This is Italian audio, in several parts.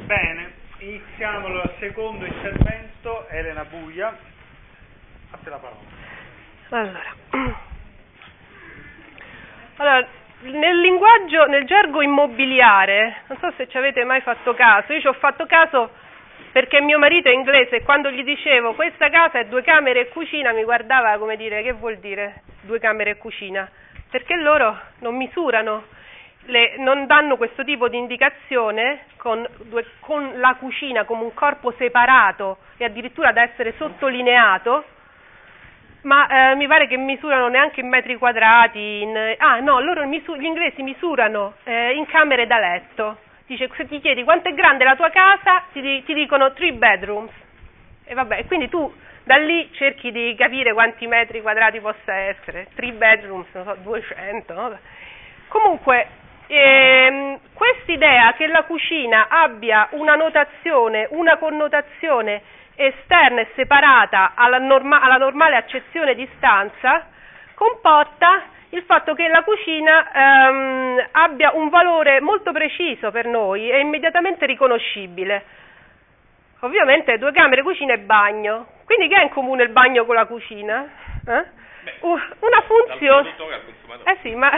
Bene, iniziamo il secondo intervento. Elena Buia, a te la parola. Allora, nel linguaggio, nel gergo immobiliare, non so se ci avete mai fatto caso, io ci ho fatto caso perché mio marito è inglese e quando gli dicevo questa casa è 2 camere e cucina mi guardava come dire che vuol dire 2 camere e cucina, perché loro non misurano, non danno questo tipo di indicazione con la cucina come un corpo separato e addirittura da essere sottolineato, ma mi pare che misurano neanche in metri quadrati, gli inglesi misurano in camere da letto. Dice, se ti chiedi quanto è grande la tua casa, ti dicono 3 bedrooms. E vabbè, quindi tu da lì cerchi di capire quanti metri quadrati possa essere. 3 bedrooms, non so, 200. No? Comunque, quest'idea che la cucina abbia una notazione, una connotazione esterna e separata alla normale accezione di stanza, comporta il fatto che la cucina abbia un valore molto preciso per noi e immediatamente riconoscibile. Ovviamente 2 camere, cucina e bagno. Quindi che ha in comune il bagno con la cucina? Una funzione. Sì, ma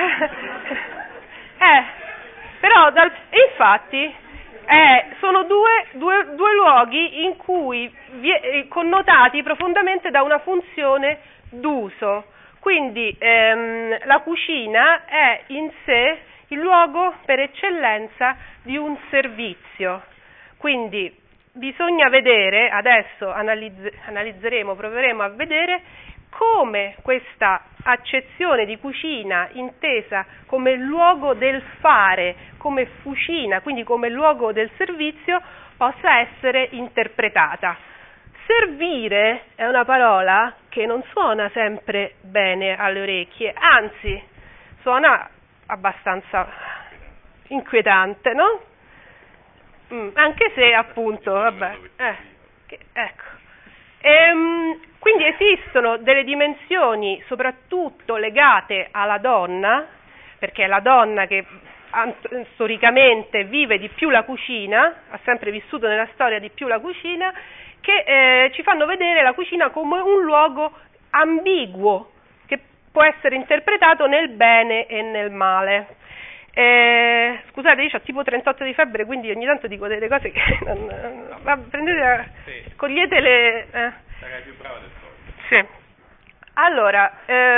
però infatti sono due luoghi in cui connotati profondamente da una funzione d'uso. Quindi la cucina è in sé il luogo per eccellenza di un servizio. Quindi bisogna vedere, adesso analizzeremo, proveremo a vedere come questa accezione di cucina intesa come luogo del fare, come fucina, quindi come luogo del servizio, possa essere interpretata. Servire è una parola che non suona sempre bene alle orecchie, anzi suona abbastanza inquietante, no? Anche se appunto, vabbè, ecco. Quindi esistono delle dimensioni soprattutto legate alla donna, perché è la donna che storicamente vive di più la cucina, ha sempre vissuto nella storia di più la cucina, che ci fanno vedere la cucina come un luogo ambiguo, che può essere interpretato nel bene e nel male. Scusate, io ho tipo 38 di febbre, quindi ogni tanto dico delle cose che prendete, sì. Cogliete le... Sarai più brava del solito. Sì. Allora,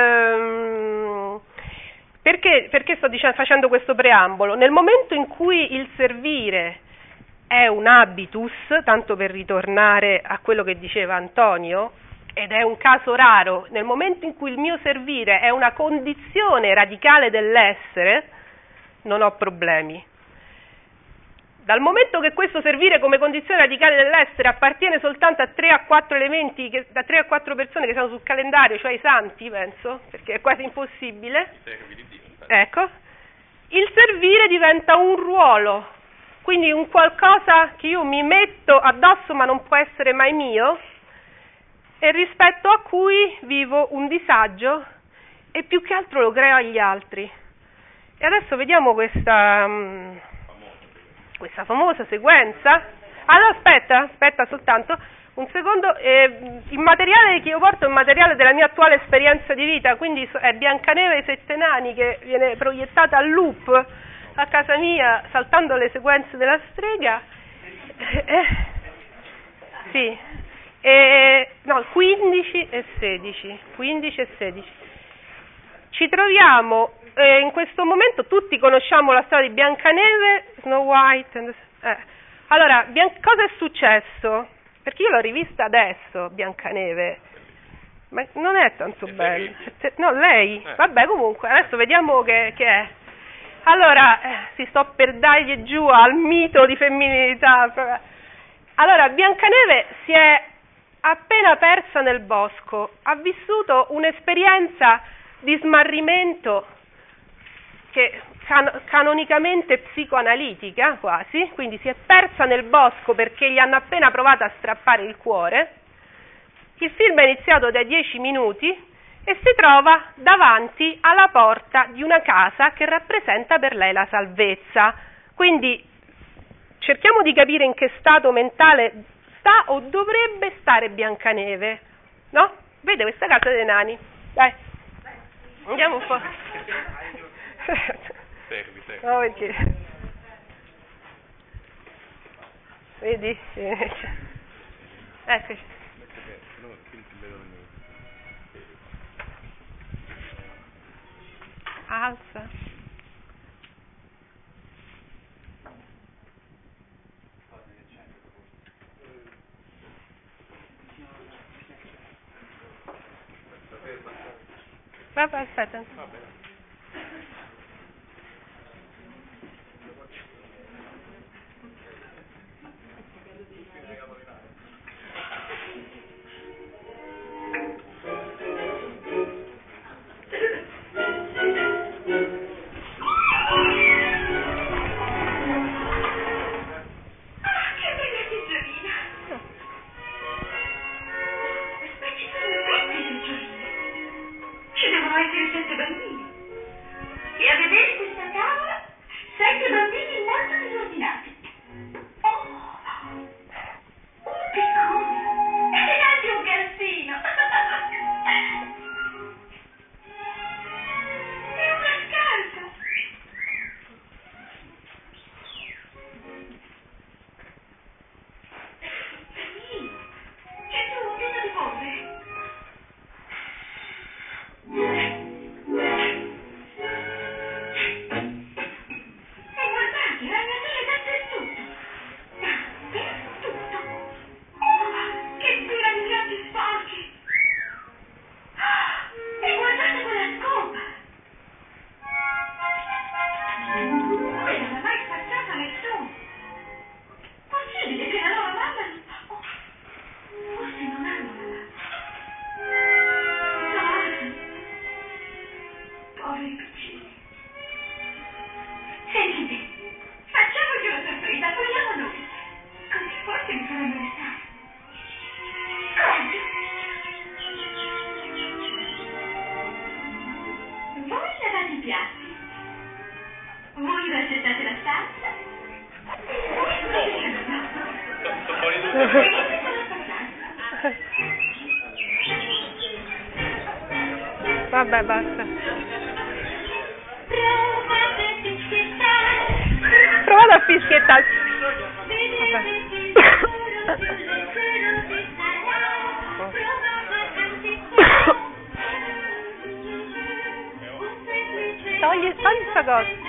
perché sto facendo questo preambolo? Nel momento in cui il servire è un habitus, tanto per ritornare a quello che diceva Antonio, ed è un caso raro, nel momento in cui il mio servire è una condizione radicale dell'essere, non ho problemi. Dal momento che questo servire come condizione radicale dell'essere appartiene soltanto a 3-4 elementi, da 3-4 persone che sono sul calendario, cioè i santi, penso, perché è quasi impossibile, ecco, il servire diventa un ruolo, quindi un qualcosa che io mi metto addosso ma non può essere mai mio, e rispetto a cui vivo un disagio e più che altro lo creo agli altri. E adesso vediamo questa famosa sequenza. Allora aspetta soltanto un secondo, il materiale che io porto è un materiale della mia attuale esperienza di vita, quindi è Biancaneve e i 7 nani che viene proiettata a loop a casa mia saltando le sequenze della strega. Sì, 15 e 16. Ci troviamo in questo momento, tutti conosciamo la storia di Biancaneve, Snow White. Allora, cosa è successo? Perché io l'ho rivista adesso, Biancaneve, ma non è tanto bella. No, lei. Vabbè, comunque, adesso vediamo che è. Allora, si sto per dargli giù al mito di femminilità. Allora, Biancaneve si è appena persa nel bosco, ha vissuto un'esperienza di smarrimento che canonicamente psicoanalitica quasi, quindi si è persa nel bosco perché gli hanno appena provato a strappare il cuore. Il film è iniziato da 10 minuti e si trova davanti alla porta di una casa che rappresenta per lei la salvezza. Quindi cerchiamo di capire in che stato mentale sta o dovrebbe stare Biancaneve, no? Vede questa casa dei nani, dai, andiamo un po'. Servi. No, perché... Vedi? Eccoci. Alza. Vabbè, aspetta. Vabbè, basta. Provate a fischiettare. Togli sta cosa.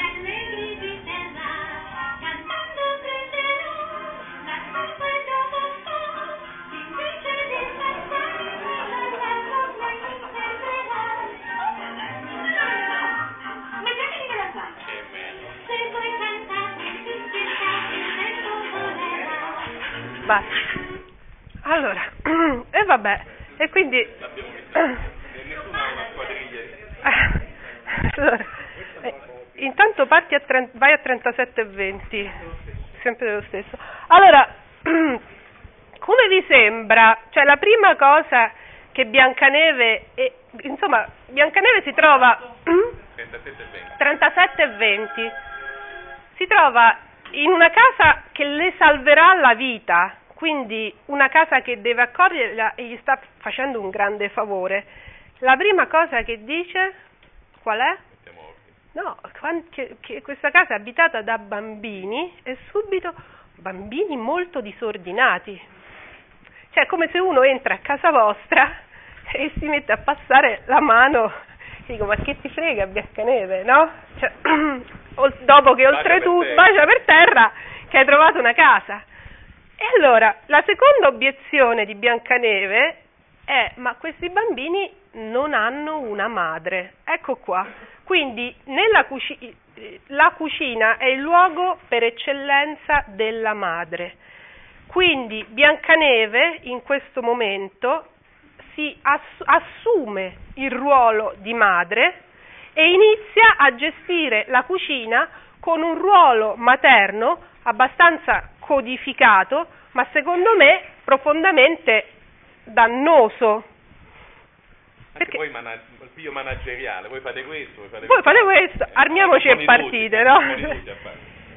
Basta. Allora, e vabbè, e quindi... Nessuno ha una squadriglia. Allora, intanto parti vai a 37,20, sempre dello stesso. Allora, come vi sembra, cioè la prima cosa che Biancaneve, insomma, Biancaneve si trova... 37,20. Si trova in una casa che le salverà la vita, quindi una casa che deve accoglierla e gli sta facendo un grande favore. La prima cosa che dice, qual è? No, che questa casa è abitata da bambini e subito bambini molto disordinati. Cioè, come se uno entra a casa vostra e si mette a passare la mano, dico, ma che ti frega Biancaneve, no? Cioè, dopo che oltretutto bacia per terra che hai trovato una casa. E allora, la seconda obiezione di Biancaneve è, ma questi bambini non hanno una madre. Ecco qua. Quindi la cucina è il luogo per eccellenza della madre. Quindi Biancaneve in questo momento si assume il ruolo di madre e inizia a gestire la cucina con un ruolo materno abbastanza codificato, ma secondo me profondamente dannoso. Perché poi il figlio manageriale, voi fate questo, armiamoci e partite, no?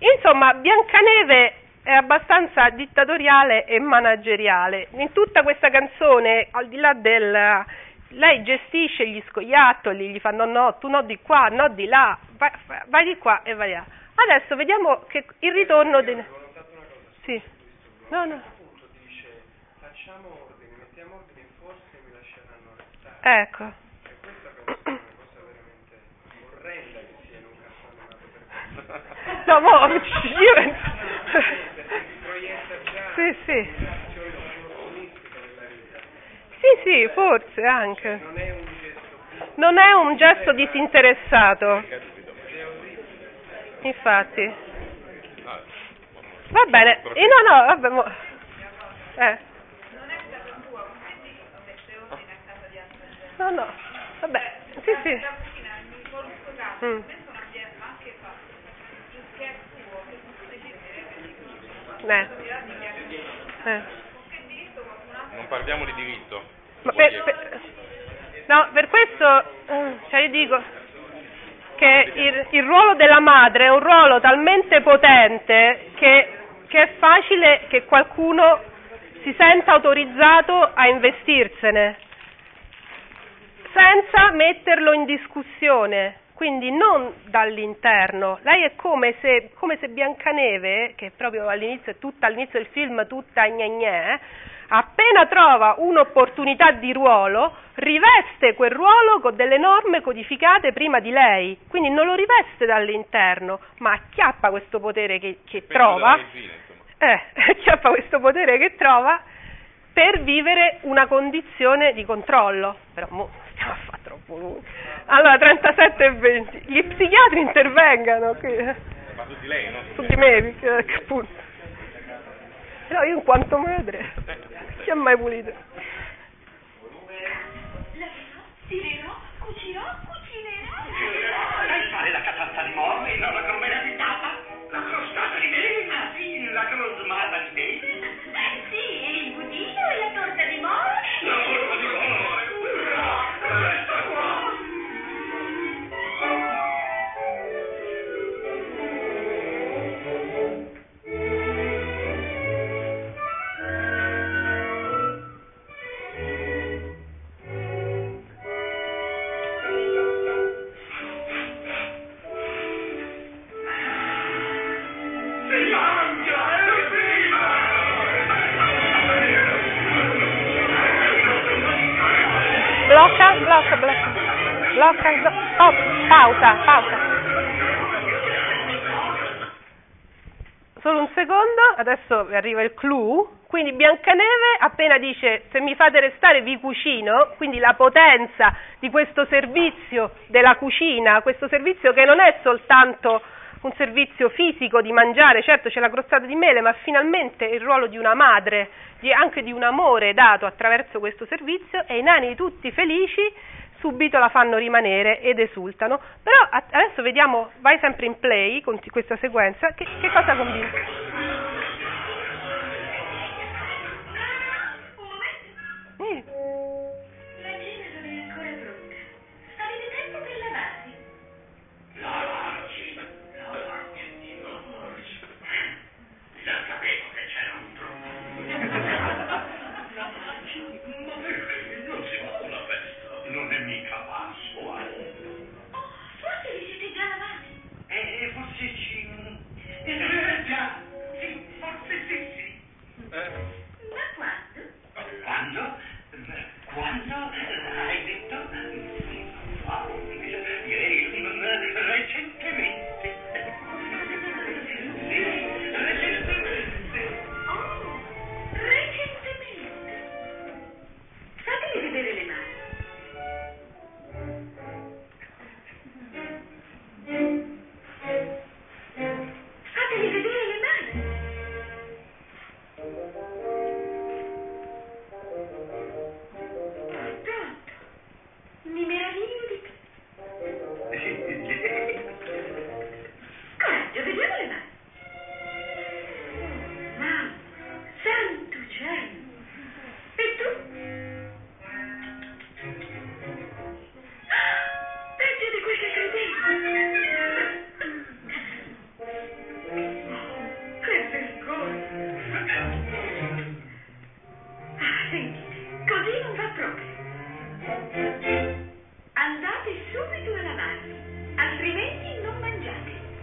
Insomma, Biancaneve è abbastanza dittatoriale e manageriale. In tutta questa canzone, al di là del... lei gestisce gli scoiattoli, gli fa no, tu no di qua, no di là, vai di qua e vai là. Adesso vediamo che il ritorno del... Sì. No. Appunto dice, facciamo ordine, mettiamo ordine, forse mi lasceranno restare. Ecco. E questa penso è una cosa veramente orrenda che sia in un cartone animato per No, io penso... perché si proietta già Sì. l'azione opportunistica della vita. Sì, forse anche. Non è un gesto Non è un gesto disinteressato. ed è orribile. Infatti. Va bene. No, vabbè. No, vabbè. Sì. Non parliamo di diritto. Ma per questo, cioè io dico che il ruolo della madre è un ruolo talmente potente che è facile che qualcuno si senta autorizzato a investirsene senza metterlo in discussione, quindi non dall'interno. Lei è come se Biancaneve, che proprio all'inizio del film tutta gne, appena trova un'opportunità di ruolo, riveste quel ruolo con delle norme codificate prima di lei, quindi non lo riveste dall'interno, ma acchiappa questo potere che trova, acchiappa questo potere che trova per vivere una condizione di controllo. Però stiamo a fare troppo lungo. Allora, 37 e 20, gli psichiatri intervengano qui. Ma su di lei, no? Su di me, che appunto. Però io in quanto madre, chi ha mai pulito? Cucinerò, cucinerò. Sai fare la catasta di morte, no, la cromera di tapa? La crostata di mele? Ah sì, la crosmata di mele? Sì, il budino e la torta di moro. La torta di moro! Resta qua! Blocca, stop, pausa. Solo un secondo, adesso arriva il clou. Quindi Biancaneve appena dice se mi fate restare vi cucino, quindi la potenza di questo servizio della cucina, questo servizio che non è soltanto un servizio fisico di mangiare, certo c'è la crostata di mele, ma finalmente il ruolo di una madre, anche di un amore dato attraverso questo servizio, e i nani tutti felici subito la fanno rimanere ed esultano. Però adesso vediamo, vai sempre in play con questa sequenza, che cosa combina? La cena non è ancora pronta. Avete tempo per lavarvi? Lavarci. Già sapevo che c'era un trucco. Ma perché non si va alla festa? Non è mica Pasqua. Oh, forse vi siete già lavati. Forse ci... Già.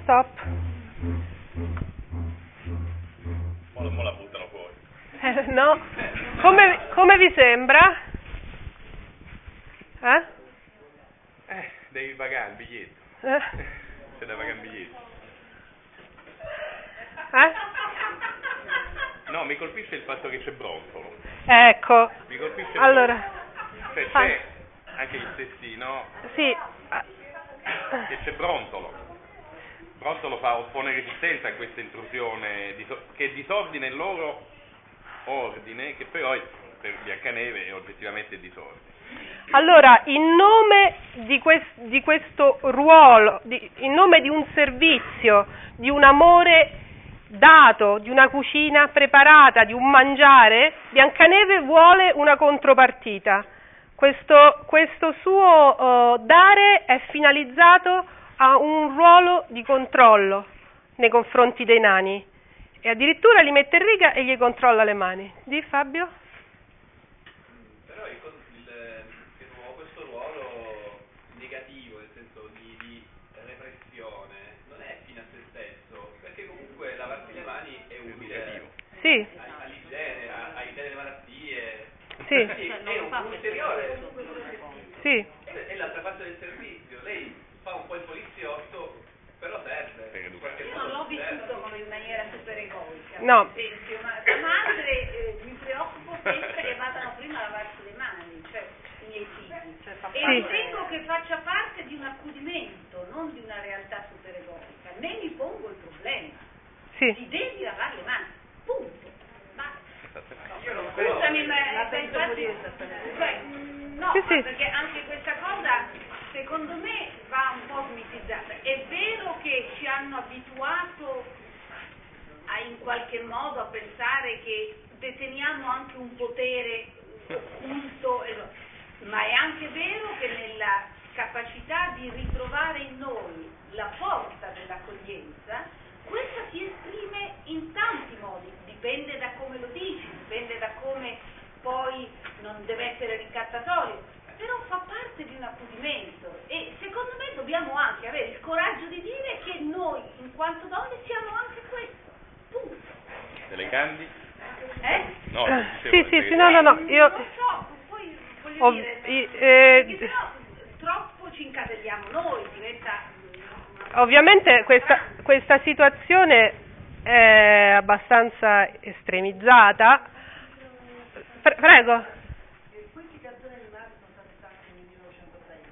Stop. Mo la buttano fuori. No? Come vi sembra? Devi pagare il biglietto. C'è da pagare il biglietto. No, mi colpisce il fatto che c'è Brontolo. Ecco. Mi colpisce Allora. Cioè, c'è anche gli stessi, no? Sì. Che c'è Brontolo. Brontolo oppone resistenza a questa intrusione che disordina il loro ordine, che però per Biancaneve è oggettivamente disordine. Allora, in nome di questo ruolo, in nome di un servizio, di un amore dato, di una cucina preparata, di un mangiare, Biancaneve vuole una contropartita. Questo suo dare è finalizzato a un ruolo di controllo nei confronti dei nani e addirittura li mette in riga e gli controlla le mani. Di Fabio? Però questo ruolo negativo, nel senso di repressione, non è fine a se stesso, perché comunque lavarsi le mani è utile Sì. all'igiene, a evitare le malattie. Sì. È un ulteriore. Sì. È l'altra parte del servizio. Lei fa un po' il poliziotto, però serve. In qualche Io modo non l'ho serve. vissuto come in maniera super egoica. No. Per esempio, ma da madre mi preoccupo sempre che vadano prima a lavarsi le mani, cioè i miei figli. E Sì. ritengo che faccia parte di un accudimento, non di una realtà super egoica. Ne mi pongo il problema. Sì. Ti devi lavare le mani, punto. Ma Io non scusami, ma no, Sì, sì. perché anche questa cosa secondo me va un po' smitizzata. È vero che ci hanno abituato in qualche modo a pensare che deteniamo anche un potere occulto, ma è anche vero che nella capacità di ritrovare in noi la forza dell'accoglienza, questa si esprime in tanti modi, dipende da come lo dici, dipende da come poi non deve essere ricattatorio, però fa parte di un accudimento e secondo me dobbiamo anche avere il coraggio di dire che noi in quanto donne siamo anche questo, punto. Eleganti? Sì, No, no, io... Non so, poi voglio dire, perché sennò troppo ci incaselliamo noi, diventa... Ovviamente questa situazione è abbastanza estremizzata. Prego. Questi cartoni animati sono stati fatti nel 1930,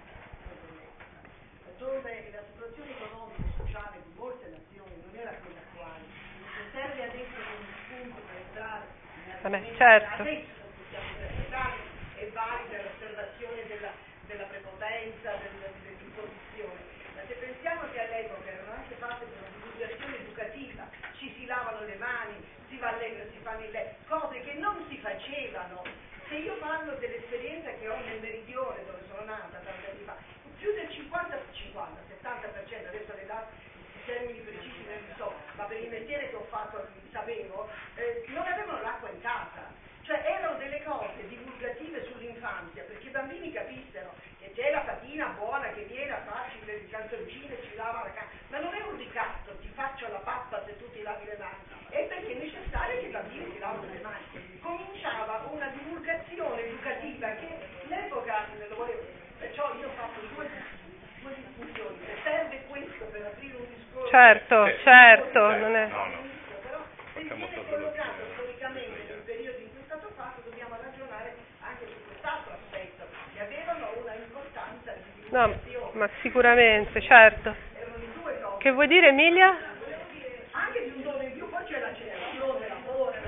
dove la situazione economica e sociale di molte nazioni non era quella attuale. Se serve adesso un spunto per entrare Certo. adesso possiamo interpretare è valida l'osservazione della prepotenza, dell'imposizione. Ma se pensiamo che all'epoca erano anche fatte per una divulgazione educativa, ci si lavano le mani, si va all'epoca, si fanno cose che non si facevano. Se io parlo dell'esperienza che ho nel meridione dove sono nata tanti anni fa, più del 70%, adesso le date, i termini precisi non li so, ma per il mestiere che ho fatto sapevo, non avevano l'acqua in casa. Cioè erano delle cose divulgative sull'infanzia, perché i bambini capissero che c'è la fatina buona che viene a farci le canzoncine, ci lava la casa, ma non è un ricatto, ti faccio la pappa se tu ti lavi le mani, è perché è necessario che i bambini si lavino le mani. Cominciava una divulgazione educativa che l'epoca lo voleva, perciò io ho fatto due discussioni, se serve questo per aprire un discorso. Certo, non è... Però se viene collocato storicamente nel periodo in cui è stato fatto, dobbiamo ragionare anche su quest'altro aspetto, che avevano una importanza di No, divulgazione. ma sicuramente, certo. Erano le due cose. Che vuoi dire, Emilia? Anche di un dono in più, poi c'è la generazione, l'amore,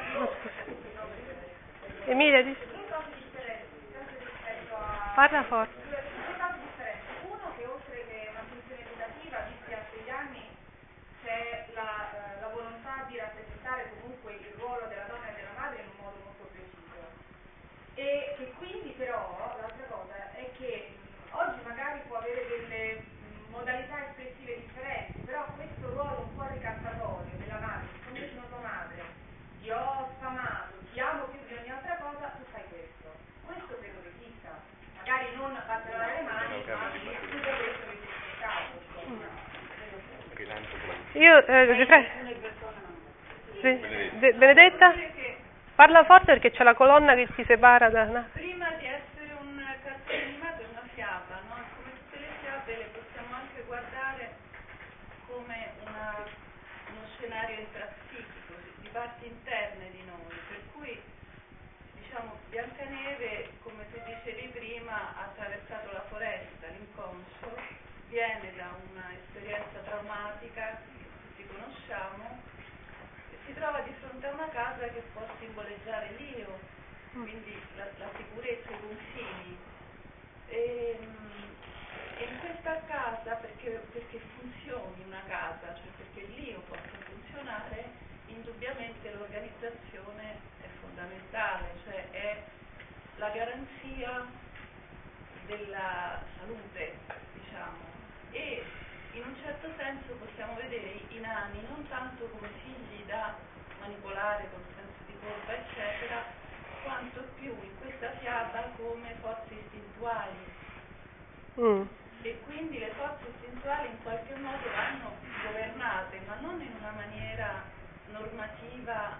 Emilia, parla forte. Due cose differenti. Uno, che oltre che una funzione educativa, visti a quegli anni, c'è la volontà di rappresentare comunque il ruolo della donna e della madre in un modo molto preciso. E che quindi però, l'altra cosa, è che oggi magari può avere delle modalità espressive differenti, però questo ruolo un po' ricattatorio della madre, come io sono tua madre, ti ho sfamato, ti amo più di ogni altra cosa, tu fai questo. Questo credo che esista. Magari non Benedetta? Parla forte perché c'è la colonna che si separa da... No? Prima di essere un cartone animato è una fiaba, no? Come tutte le fiabe le possiamo anche guardare come uno scenario intrapsichico, di parti interne di noi, per cui diciamo Biancaneve, come tu dicevi prima, ha attraversato la foresta, l'inconscio, viene da una esperienza traumatica che tutti conosciamo e si trova di fronte a una casa che può simboleggiare l'io, quindi la sicurezza, i confini. E in questa casa, perché funzioni una casa, cioè perché l'io possa funzionare, indubbiamente l'organizzazione è fondamentale, cioè è la garanzia della salute, diciamo, e in un certo senso possiamo vedere i nani non tanto come figli da manipolare con senso di colpa eccetera, quanto più in questa fiaba come forze istintuali. E quindi le forze istintuali in qualche modo vanno governate, ma non in una maniera normativa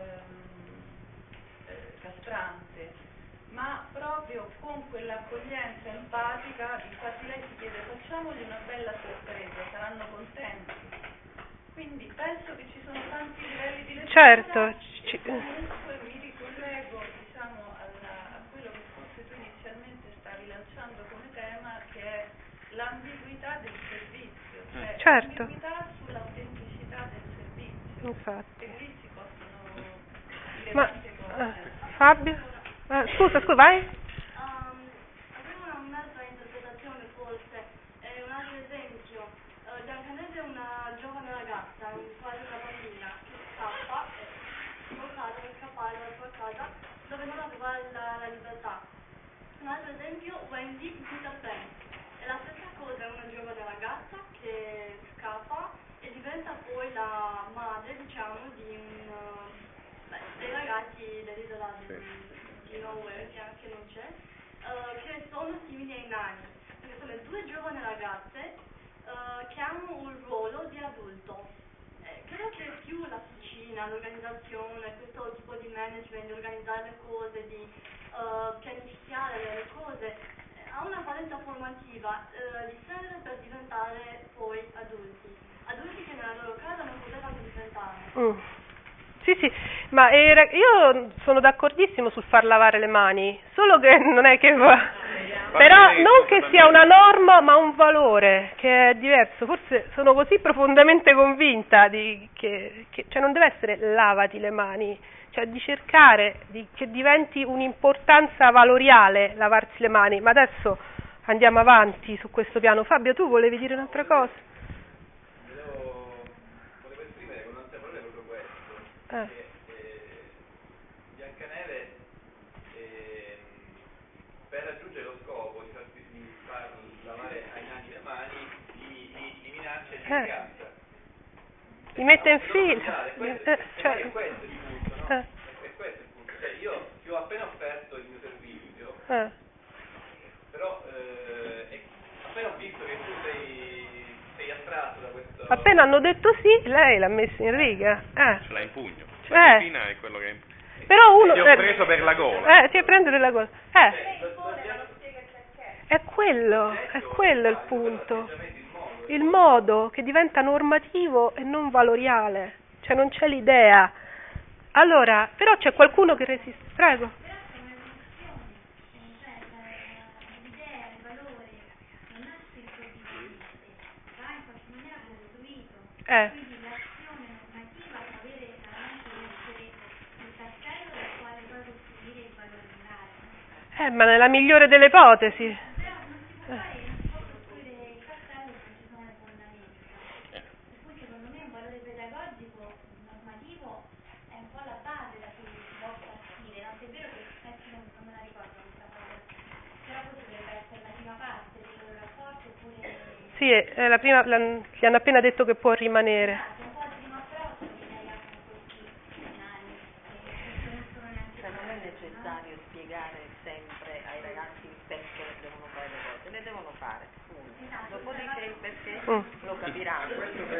castrante, ma proprio con quell'accoglienza empatica. Infatti lei si chiede: facciamogli una bella sorpresa, saranno contenti. Quindi penso che ci sono tanti livelli di lettura. Certo. Comunque mi ricollego, diciamo, a quello che forse tu inizialmente stavi lanciando come tema, che è l'ambiguità del servizio, cioè certo. l'ambiguità sull'autenticità del servizio. Infatti. E lì si possono dire Ma tante cose. Fabio? Scusa, vai. Avevo un'altra interpretazione forse, un altro esempio. Biancaneve è una giovane ragazza, quasi una bambina, che scappa, è bloccata per scappare dalla sua casa dove non aveva la libertà. Un altro esempio, Wendy Peter Pan. È la stessa cosa, è una giovane ragazza che scappa e diventa poi la madre, diciamo, di dei ragazzi dell'isola di Nowhere, che anche non c'è, che sono simili ai nani, perché sono due giovani ragazze che hanno un ruolo di adulto. Credo che più la cucina, l'organizzazione, questo tipo di management, di organizzare le cose, di pianificare le cose, ha una valenza formativa, li serve per diventare poi adulti che nella loro casa non potevano diventare. Sì, ma io sono d'accordissimo sul far lavare le mani, solo che non è che va. Però non che sia una norma, ma un valore che è diverso. Forse sono così profondamente convinta che cioè non deve essere lavati le mani, cioè di cercare che diventi un'importanza valoriale lavarsi le mani. Ma adesso andiamo avanti su questo piano. Fabio, tu volevi dire un'altra cosa? Volevo esprimere con un'altra parola proprio questo, che Biancaneve per raggiungere lo scopo di far lavare ai nani le mani li minaccia e li incazza. Li mette in fila. È questo il punto, no? È questo il punto. Cioè io ti ho appena offerto il mio servizio, però appena ho visto che tu sei attratto da questo... Appena hanno detto sì, lei l'ha messo in riga. Ce l'ha in pugno. La è quello che... Però uno... Ti ho preso per la gola. Ti prende per la gola. È quello il punto. Il modo che diventa normativo e non valoriale. Cioè non c'è l'idea. Allora, però c'è qualcuno che resiste. Prego. Quindi l'azione normativa può avere veramente essere il tassello dal quale poi costruire il valore morale. Ma nella migliore delle ipotesi. Però non si può costruire il castello se ci sono le fondamenta. Per cui secondo me un valore pedagogico normativo è un po' la base da cui si può partire. Tant'è vero che non me la ricordo questa cosa, però forse dovrebbe essere la prima parte del loro rapporto oppure... Sì, la prima, gli hanno appena detto che può rimanere. Non è necessario spiegare sempre ai ragazzi perché devono fare le cose, le devono fare, punto. Dopodiché il perché lo capiranno.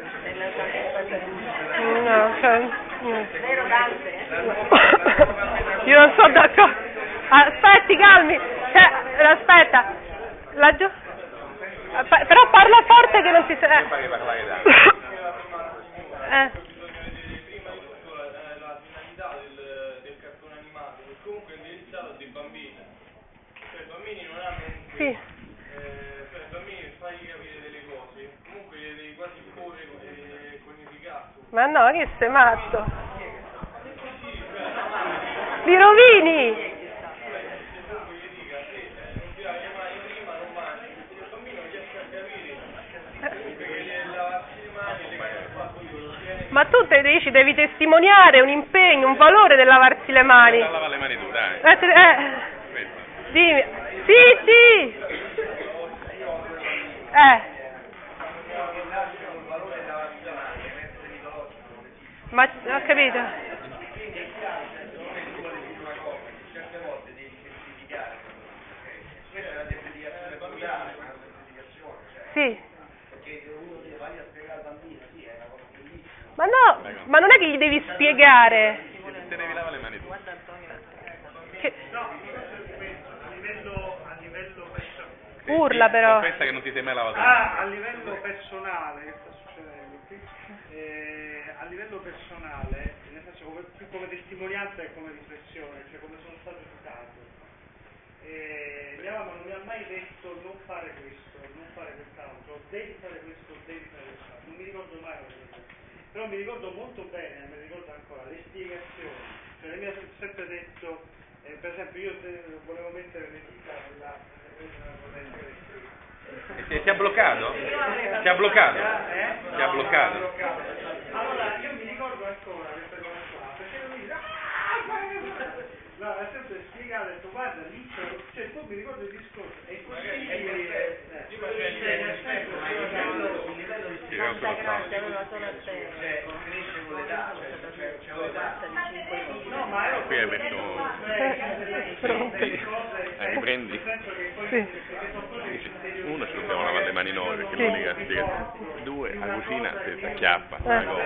No, cioè, Vero Dante? io non so d'accordo. Aspetti, calmi. Aspetta. Laggiù. Però parla forte che non si sente. Mi pare parlare da. La finalità del cartone animato è comunque indirizzato dei bambini. Cioè i bambini non hanno Sì. i bambini fai capire delle cose, comunque le devi quasi porre coniugato. Ma no, che sei matto? Li rovini! Ma tu te dici, devi testimoniare un impegno, un valore del lavarsi le mani. Lava le mani tu, dai. Dimmi. Sì. Ma ho capito. Sì. Ma no, ma non è che gli devi spiegare. Te devi lavare le mani tu. Che... A livello personale. Urla però. Confessa che non ti sei mai lavato. A livello personale, che sta succedendo qui? A livello personale, nel senso più come testimonianza che come riflessione, cioè come sono stato educato. Mia mamma non mi ha mai detto non fare questo, non fare quest'altro, devi fare questo, devi fare quest'altro. Non mi ricordo mai questo. Però mi ricordo molto bene, me ricordo ancora, le spiegazioni. Cioè lei mi ha sempre detto, per esempio io volevo mettere le dita nella Ti ha bloccato? Ti ha bloccato? Ti ha bloccato? Allora io mi ricordo ancora questa cosa qua, perché lui dice no, ha sempre spiegato, ha detto guarda lì cioè poi mi ricordo il discorso e così no, ma ero qui hai messo riprendi? Uno ci dobbiamo lavare le mani noi perché l'unica spiegazione. Due, la cucina si acchiappa una cosa.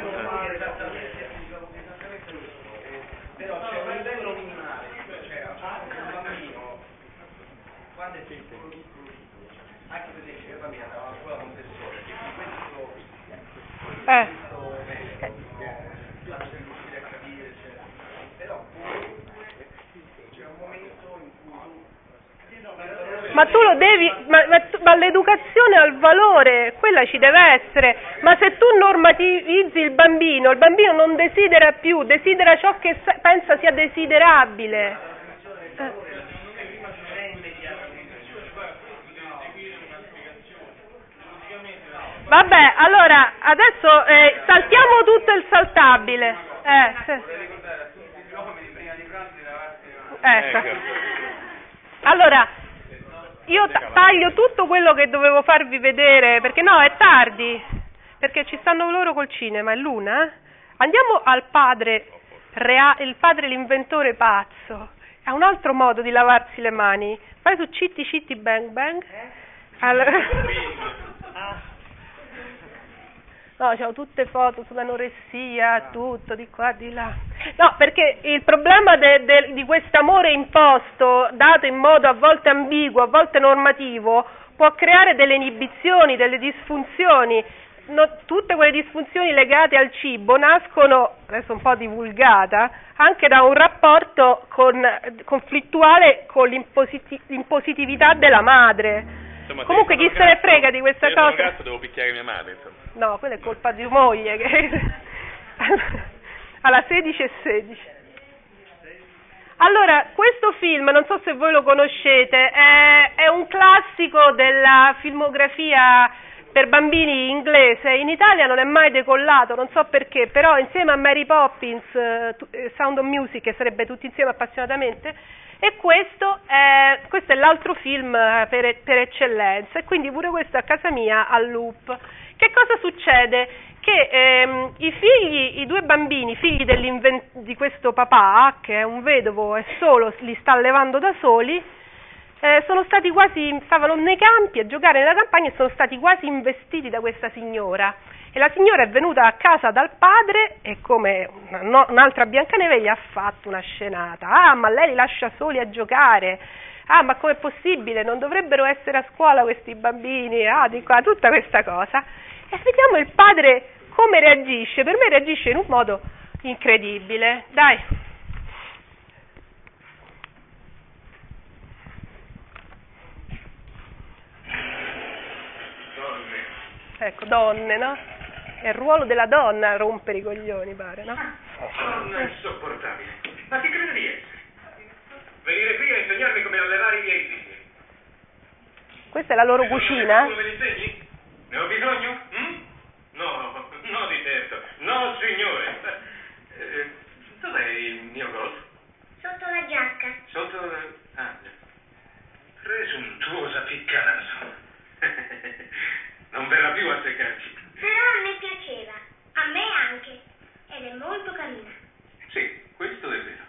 Però c'è un livello minimale, cioè un bambino quando è piccolo, anche per esempio la famiglia andava a scuola Montessori, che riuscire a capire, eccetera. Però c'è un momento in cui ma tu lo devi, ma l'educazione al valore, quella ci deve essere, ma se tu normativizzi il bambino non desidera più, desidera ciò che pensa sia desiderabile. Vabbè, allora, adesso saltiamo tutto il saltabile. Allora, io taglio tutto quello che dovevo farvi vedere, perché no, è tardi, perché ci stanno loro col cinema, è l'una. Andiamo al padre, il padre l'inventore pazzo, ha un altro modo di lavarsi le mani. Vai su Citti Citti Bang Bang. No, c'ho tutte foto sull'anoressia, tutto, di qua, di là. No, perché il problema di questo amore imposto, dato in modo a volte ambiguo, a volte normativo, può creare delle inibizioni, delle disfunzioni. Tutte quelle disfunzioni legate al cibo nascono, adesso un po' divulgata, anche da un rapporto conflittuale con l'impositività della madre. Insomma, comunque chi se ne frega di questa cosa? Se io sono cazzo devo picchiare mia madre, insomma. No, quella è colpa di moglie che alla 16:16. Allora, questo film, non so se voi lo conoscete, è un classico della filmografia per bambini inglese. In Italia non è mai decollato, non so perché, però insieme a Mary Poppins, Sound of Music, che sarebbe tutti insieme appassionatamente, e questo è l'altro film per eccellenza, e quindi pure questo a casa mia al loop. Che cosa succede? Che i due bambini, figli di questo papà, che è un vedovo e solo li sta allevando da soli, stavano nei campi a giocare nella campagna e sono stati quasi investiti da questa signora. E la signora è venuta a casa dal padre e come un'altra Biancaneve gli ha fatto una scenata. Ah, ma lei li lascia soli a giocare. Ah, ma com'è possibile? Non dovrebbero essere a scuola questi bambini? Ah, di qua, tutta questa cosa. E vediamo il padre come reagisce. Per me reagisce in un modo incredibile. Dai. Ecco, donne, no? È il ruolo della donna rompere i coglioni, pare, no? Donna insopportabile. Ma chi crede di essere? Venire qui a insegnarmi come allevare i miei figli. Questa è la loro cucina? Me li insegni? Ne ho bisogno? No, no di certo. No, signore. Dov'è il mio golf? Sotto la giacca. Sotto... Ah, presuntuosa piccasso. Non verrà più a seccarci. Però a me piaceva. A me anche. Ed è molto carina. Sì, questo è vero.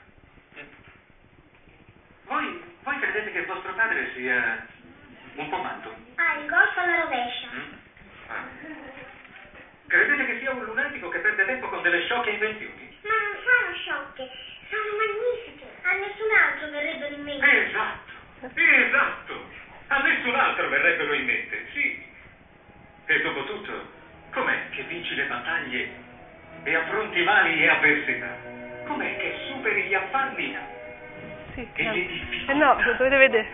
Voi credete che vostro padre sia un po' matto? Ah, il golf alla rovescia. Ah. Credete che sia un lunatico che perde tempo con delle sciocche invenzioni? Ma non sono sciocche, sono magnifiche. A nessun altro verrebbero in mente. Esatto. A nessun altro verrebbero in mente, sì. E dopo tutto, com'è che vinci le battaglie e affronti mali e avversità? Com'è che superi gli affanni sì, e no. le difficoltà? No, lo dovete vedere.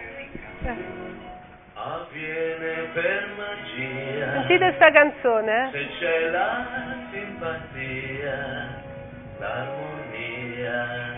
Avviene per magia. Sentite sta canzone, Se c'è la simpatia, l'armonia.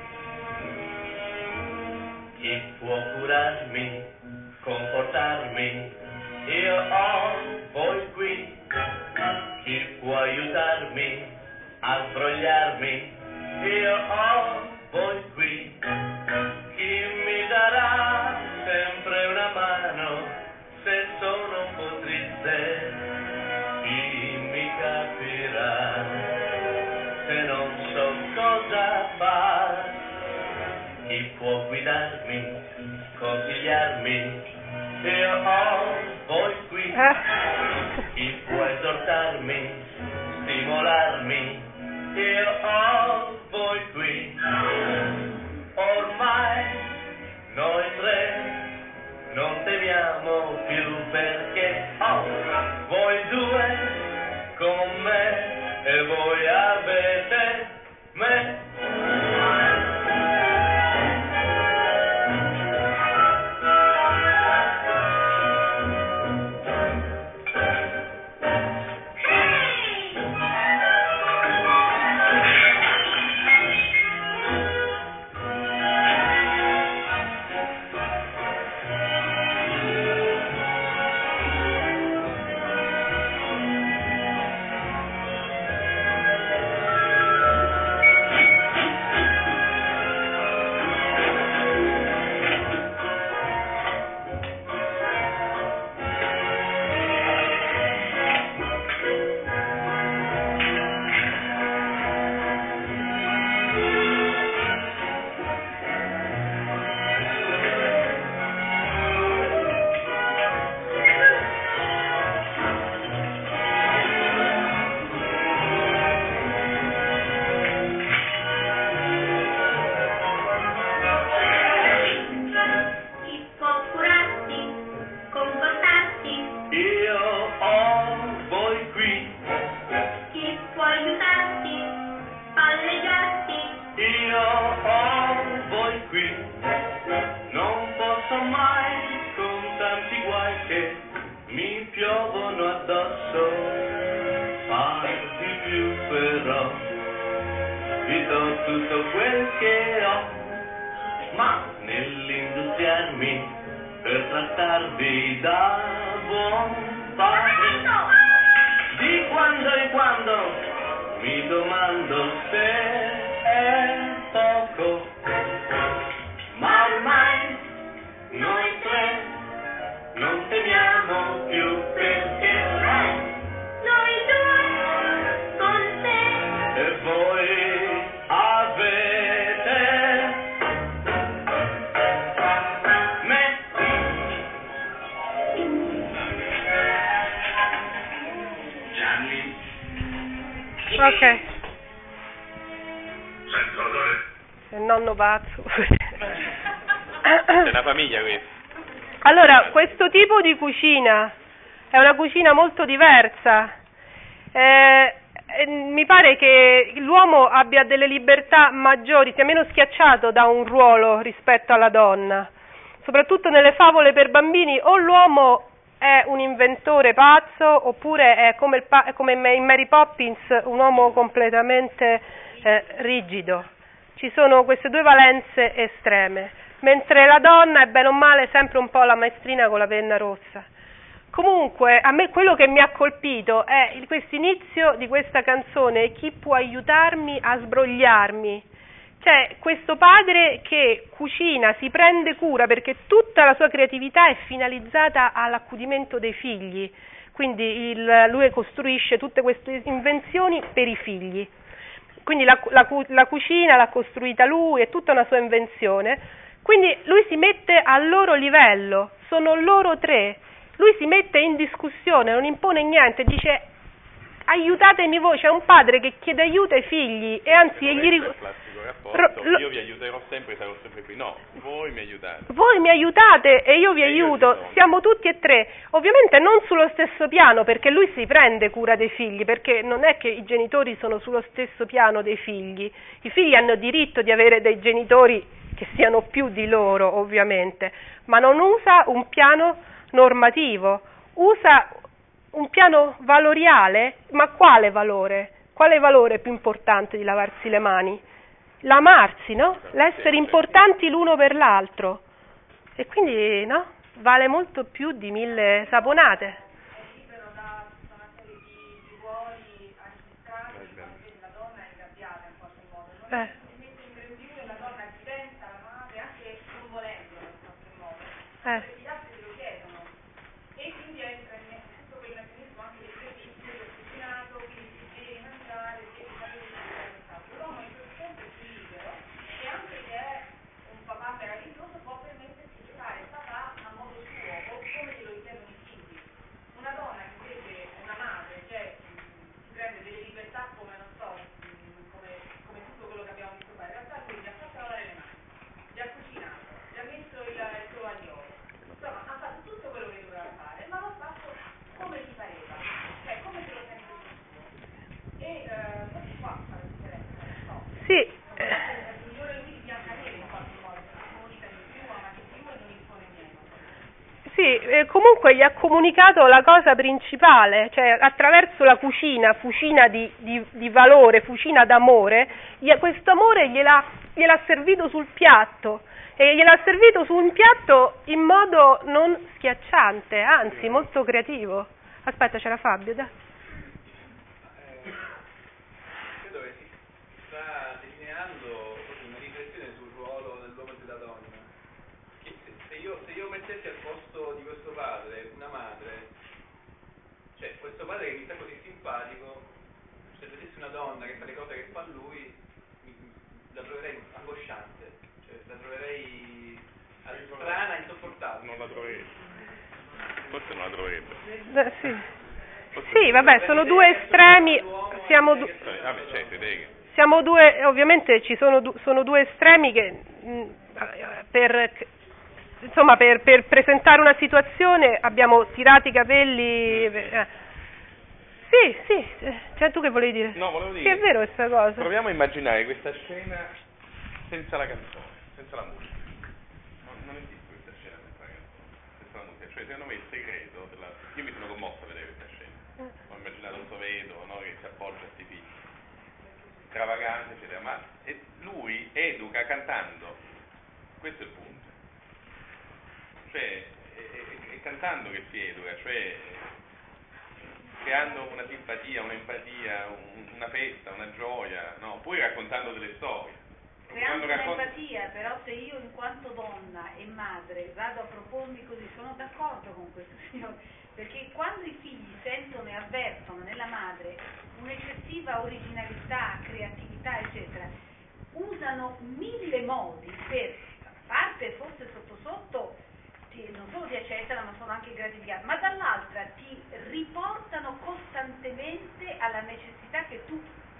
Chi può curarmi, confortarmi? Io ho voi qui. Chi può aiutarmi a sbrogliarmi? Io ho voi qui. Chi mi darà sempre una mano se sono un po' triste? Chi mi capirà se non so cosa fare? Chi può guidarmi, consigliarmi? Io ho voi qui. Chi può esortarmi, stimolarmi? Io ho voi qui. Ormai noi tre non temiamo più perché ho voi due con me e voi avete me. Tutto quel che ho, ma nell'industriarmi per trattarvi da buon padre, di quando in quando mi domando se è poco, ma ormai noi tre non temiamo più perché noi due con te e voi avete me. Ok. Senza odore. Il nonno pazzo. C'è una famiglia questa. Allora, questo tipo di cucina è una cucina molto diversa. Mi pare che l'uomo abbia delle libertà maggiori, sia meno schiacciato da un ruolo rispetto alla donna. Soprattutto nelle favole per bambini, o l'uomo è un inventore pazzo, oppure è come in Mary Poppins, un uomo completamente rigido. Ci sono queste due valenze estreme, mentre la donna è bene o male sempre un po' la maestrina con la penna rossa. Comunque, a me quello che mi ha colpito è questo inizio di questa canzone, chi può aiutarmi a sbrogliarmi? Cioè, questo padre che cucina, si prende cura, perché tutta la sua creatività è finalizzata all'accudimento dei figli, quindi lui costruisce tutte queste invenzioni per i figli. Quindi la cucina l'ha costruita lui, è tutta una sua invenzione, quindi lui si mette al loro livello, sono loro tre, lui si mette in discussione, non impone niente, dice aiutatemi voi, c'è un padre che chiede aiuto ai figli e anzi io vi aiuterò sempre, sarò sempre qui. No, voi mi aiutate. Voi mi aiutate e io vi aiuto, siamo tutti e tre, ovviamente non sullo stesso piano, perché lui si prende cura dei figli, perché non è che i genitori sono sullo stesso piano dei figli, i figli hanno diritto di avere dei genitori che siano più di loro, ovviamente, ma non usa un piano normativo, usa un piano valoriale, ma quale valore? Quale valore è più importante di lavarsi le mani? L'amarsi, no? L'essere importanti l'uno per l'altro. E quindi, no? Vale molto più di 1000 saponate. È libero da tutta una serie di ruoli arbitrari in cui la donna è ingabbiata in qualche modo. Non si mette in grembiule e la donna diventa la madre anche non volendolo in qualche modo. Perché gli altri lo chiedono. E quindi entra in tutto quel meccanismo anche del servizio, del cucinato, quindi si deve mangiare, deve sapere tutto. L'uomo in questo senso è più libero e anche se è un papà meraviglioso può permettersi di fare papà a modo suo o come glielo richiedono i figli. Una donna che invece è una madre, cioè si prende delle libertà come non so, come tutto quello che abbiamo visto fare. In realtà lui gli ha fatto lavare le mani, gli ha cucinato, gli ha messo il tovagliolo. Insomma, ha fatto tutto quello che doveva fare, ma l'ha fatto come gli pareva, cioè come se lo sente suo. E questo qua fa la differenza, no? Sì. Il migliore lui di Biancaneve in qualche modo, comunica di più, ama di più e non impone niente. Sì, comunque gli ha comunicato la cosa principale, cioè attraverso la cucina di valore, cucina d'amore, questo amore gliel'ha servito sul piatto. E gliel'ha servito su un piatto in modo non schiacciante, anzi molto creativo. Aspetta, c'era Fabio, dai. Credo che si sta delineando una riflessione sul ruolo dell'uomo e della donna. Che se io mettessi al posto di questo padre una madre, cioè questo padre che mi sta così simpatico, se vedessi una donna che fa le cose che fa lui, la troverei angosciante. La troverei strana, insopportabile. Non la troverebbe. Forse non la troverebbe. Sì, vabbè, sono due estremi. Vabbè, certo, Ovviamente ci sono due estremi che per presentare una situazione abbiamo tirato i capelli. Sì, cioè tu che volevi dire? No, volevo dire. Sì, è vero questa cosa. Proviamo a immaginare questa scena senza la canzone, senza la musica. Non esiste questa scena senza la canzone, senza la musica. Cioè, secondo me il segreto io mi sono commosso a vedere questa scena. Ho immaginato un sovedo, no, che si appoggia a questi figli. Stravagante, eccetera. Ma lui educa cantando. Questo è il punto. Cioè, è cantando che si educa, cioè creando una simpatia, un'empatia, una festa, una gioia, no? Poi raccontando delle storie. Creando un'empatia, però se io in quanto donna e madre vado a propormi così, sono d'accordo con questo signore, perché quando i figli sentono e avvertono nella madre un'eccessiva originalità, creatività, eccetera, usano 1000 modi per, a parte forse sotto non solo ti accettano ma sono anche gratificati, ma dall'altra ti riportano costantemente alla necessità che tu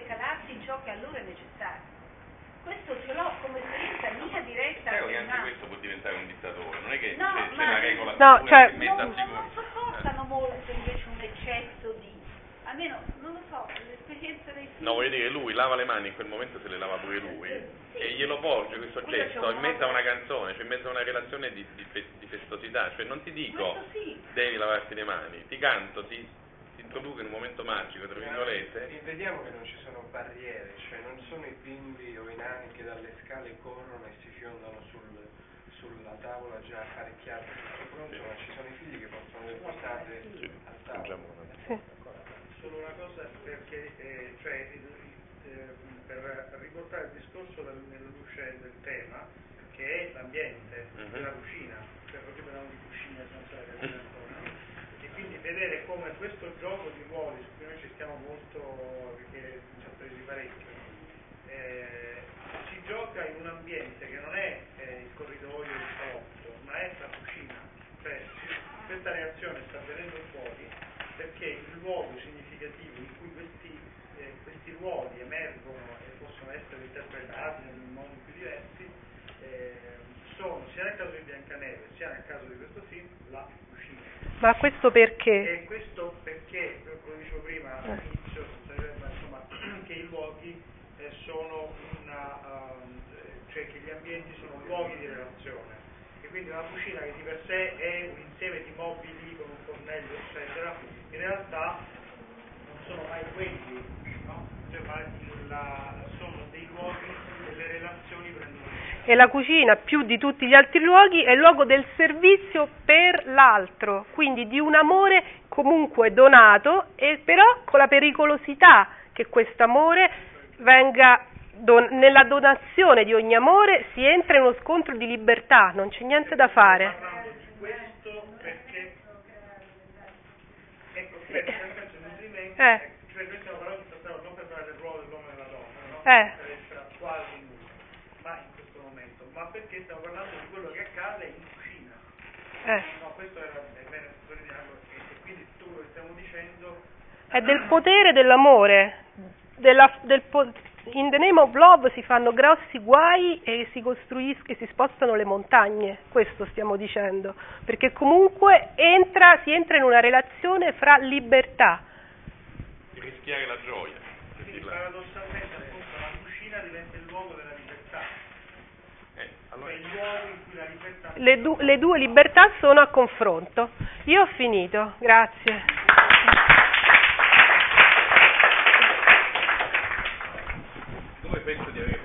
calarsi in ciò che a loro è necessario. Questo ce l'ho come esperienza mia diretta. Chiaro che anche questo può diventare un dittatore, non è che No, c'è ma una regola no, cioè, che metta al sicuro. non sopportano molto invece un eccesso di, almeno non lo so, l'esperienza dei figli. No, voglio dire, lui lava le mani, in quel momento se le lava pure lui, e glielo porge questo gesto in mezzo a una canzone, cioè in mezzo a una relazione di festosità, cioè non ti dico devi lavarti le mani, ti canto, ti introduco in un momento magico, tra virgolette. Vediamo che non ci sono barriere, cioè non sono i bimbi o i nani che dalle scale corrono e si fiondano sulla tavola già apparecchiata, tutto pronto, ma ci sono i figli che possono essere portate al tavolo. Solo una cosa, perché per riportare il discorso nella luce del tema, che è l'ambiente della cucina, cioè proprio parliamo di cucina senza e quindi vedere come questo gioco di ruoli, su cui noi ci stiamo molto, perché ci ha presi parecchio, si gioca in un ambiente che non è il corridoio, il salotto, ma è la cucina. Cioè, questa reazione sta venendo fuori perché il luogo significativo in cui questi ruoli emergono e possono essere interpretati in modi più diversi sono, sia nel caso di Biancaneve sia nel caso di questo film, la cucina. Ma questo perché? E questo perché, come dicevo prima all'inizio, insomma, che i luoghi sono cioè che gli ambienti sono luoghi di relazione, e quindi una cucina che di per sé è un insieme di mobili con un fornello eccetera, in realtà non sono mai quelli, no? Cioè, sono dei luoghi, delle relazioni prendono. E la cucina, più di tutti gli altri luoghi, è il luogo del servizio per l'altro, quindi di un amore comunque donato, e però con la pericolosità che questo amore venga, nella donazione di ogni amore si entra in uno scontro di libertà, non c'è niente da fare. Parlando di questo perché, ecco, per questo nutrimento, cioè noi stiamo parlando non per parlare del ruolo dell'uomo e della donna, no? Per essere quasi nulla, ma in questo momento, ma perché stiamo parlando di quello che accade in cucina. No, questo era bene sottolinearlo, e quindi tutto quello che stiamo dicendo è del potere dell'amore, in the name of love si fanno grossi guai e si spostano le montagne, questo stiamo dicendo, perché comunque si entra in una relazione fra libertà. Di rischiare la gioia. Quindi paradossalmente appunto la cucina diventa il luogo della libertà. Allora, il luogo in cui la libertà. Le due libertà sono a confronto. Io ho finito, grazie. dove penso di avere